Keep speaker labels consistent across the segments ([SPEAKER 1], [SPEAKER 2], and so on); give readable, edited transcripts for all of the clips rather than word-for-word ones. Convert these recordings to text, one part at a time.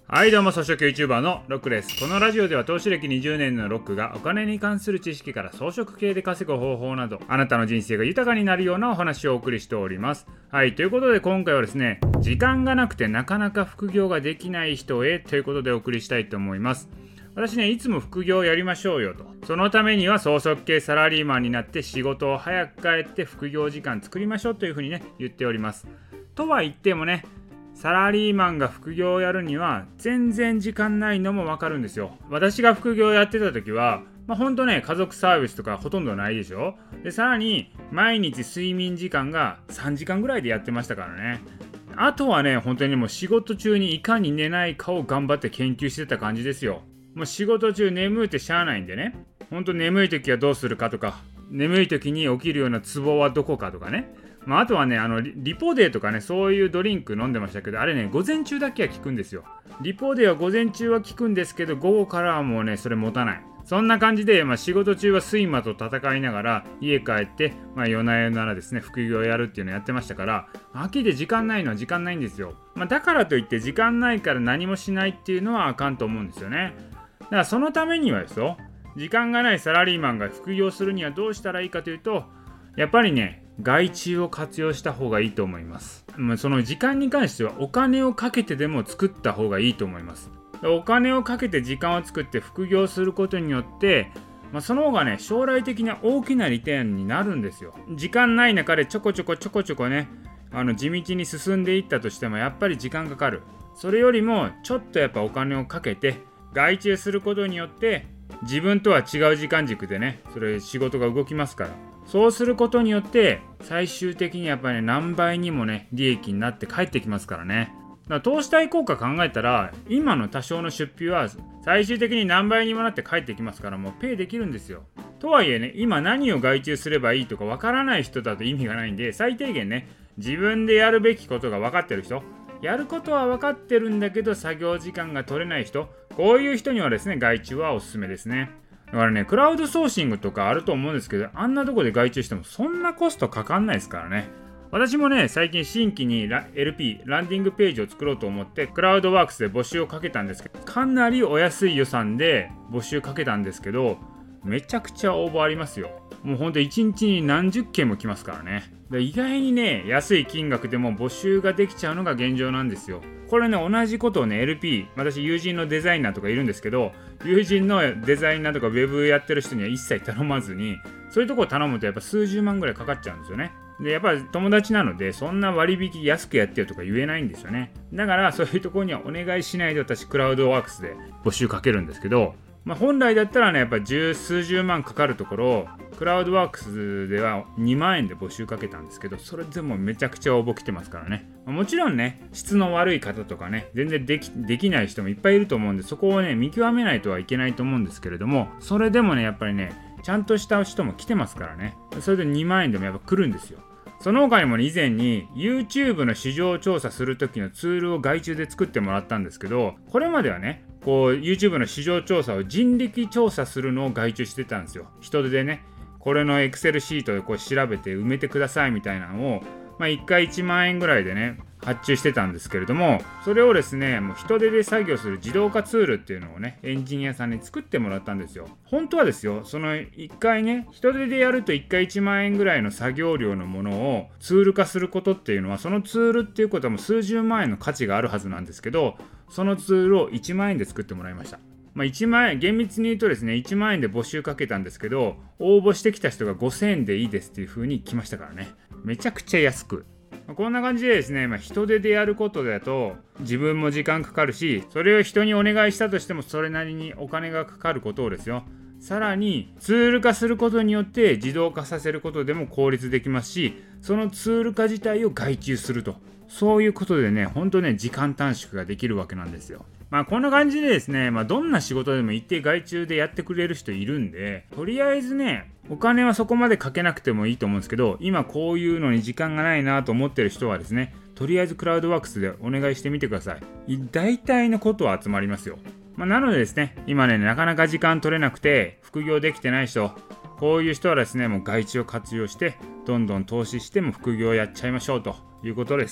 [SPEAKER 1] はいどうも、草食 YouTuber のロックです。このラジオでは投資歴20年のロックがお金に関する知識から草食系で稼ぐ方法など、あなたの人生が豊かになるようなお話をお送りしております。はい、ということで今回はですね、時間がなくてなかなか副業ができない人へということでお送りしたいと思います。私ね、いつも副業をやりましょうよと。そのためには草食系サラリーマンになって仕事を早く帰って副業時間作りましょうというふうにね、言っております。とは言ってもね、サラリーマンが副業をやるには全然時間ないのもわかるんですよ。私が副業をやってた時はほんとね、家族サービスとかほとんどないでしょ。でさらに毎日睡眠時間が3時間ぐらいでやってましたからね。あとはね、本当にもう仕事中にいかに寝ないかを頑張って研究してた感じですよ。もう仕事中眠ってしゃあないんでね、ほんと眠い時はどうするかとか、眠い時に起きるようなツボはどこかとかね。あとはね、リポデーとかね、そういうドリンク飲んでましたけど、あれね、午前中だけは効くんですよ。リポデーは午前中は効くんですけど、午後からはもうね、それ持たない。そんな感じで、仕事中は睡魔と戦いながら、家帰って、夜な夜ならですね、副業をやるっていうのをやってましたから、秋で時間ないのは時間ないんですよ。だからといって時間ないから何もしないっていうのはあかんと思うんですよね。だからそのためにはですよ、時間がないサラリーマンが副業するにはどうしたらいいかというと、やっぱりね、外注を活用した方がいいと思います。その時間に関してはお金をかけてでも作った方がいいと思います。お金をかけて時間を作って副業することによって、その方がね、将来的な大きな利点になるんですよ。時間ない中でちょこちょこね、地道に進んでいったとしてもやっぱり時間かかる。それよりもちょっとやっぱお金をかけて外注することによって自分とは違う時間軸でね、それ仕事が動きますから。そうすることによって最終的にやっぱりね、何倍にもね、利益になって帰ってきますからね。だから投資対効果考えたら、今の多少の出費は最終的に何倍にもなって帰ってきますから、もうペイできるんですよ。とはいえね、今何を外注すればいいとかわからない人だと意味がないんで、最低限ね、自分でやるべきことが分かってる人、やることは分かってるんだけど作業時間が取れない人、こういう人にはですね、外注はおすすめですね。だからね、クラウドソーシングとかあると思うんですけど、あんなとこで外注してもそんなコストかかんないですからね。私もね、最近新規にLP、ランディングページを作ろうと思ってクラウドワークスで募集をかけたんですけど、かなりお安い予算で募集かけたんですけど、めちゃくちゃ応募ありますよ。もうほんと1日に何十件も来ますからね。で意外にね、安い金額でも募集ができちゃうのが現状なんですよ。これね、同じことをね、LP、私友人のデザイナーとかいるんですけど、友人のデザイナーとかウェブやってる人には一切頼まずに、そういうとこを頼むとやっぱ数十万ぐらいかかっちゃうんですよね。でやっぱり友達なので、そんな割引安くやってよとか言えないんですよね。だからそういうところにはお願いしないで、私クラウドワークスで募集かけるんですけど、本来だったらね、やっぱ数十万かかるところ、クラウドワークスでは2万円で募集かけたんですけど、それでもめちゃくちゃ応募来てますからね。もちろんね、質の悪い方とかね、全然できない人もいっぱいいると思うんで、そこをね、見極めないとはいけないと思うんですけれども、それでもね、やっぱりね、ちゃんとした人も来てますからね。それで2万円でもやっぱ来るんですよ。その他にも以前に YouTube の市場調査する時のツールを外注で作ってもらったんですけど、これまではね、YouTube の市場調査を人力調査するのを外注してたんですよ。人手でね、これの Excel シートで調べて埋めてくださいみたいなのを、1回1万円ぐらいでね、発注してたんですけれども、それをですね、もう人手で作業する自動化ツールっていうのをね、エンジニアさんに作ってもらったんですよ。本当はですよ、その1回ね、人手でやると1回1万円ぐらいの作業量のものをツール化することっていうのは、そのツールっていうことはもう数十万円の価値があるはずなんですけど、そのツールを1万円で作ってもらいました。1万円、厳密に言うとですね、1万円で募集かけたんですけど、応募してきた人が5000円でいいですっていう風に来ましたからね。めちゃくちゃ安く。こんな感じでですね、人手でやることだと自分も時間かかるし、それを人にお願いしたとしてもそれなりにお金がかかることをですよ、さらにツール化することによって自動化させることでも効率できますし、そのツール化自体を外注すると、そういうことでね、本当ね、時間短縮ができるわけなんですよ。こんな感じでですね、どんな仕事でも一定外注でやってくれる人いるんで、とりあえずね、お金はそこまでかけなくてもいいと思うんですけど、今こういうのに時間がないなと思ってる人はですね、とりあえずクラウドワークスでお願いしてみてください。大体のことは集まりますよ。なのでですね、今ね、なかなか時間取れなくて副業できてない人、こういう人はですね、もう外注を活用してどんどん投資しても副業やっちゃいましょうということです。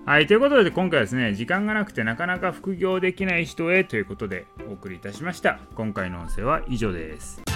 [SPEAKER 1] はい、ということで今回はですね、時間がなくてなかなか副業できない人へということでお送りいたしました。今回の音声は以上です。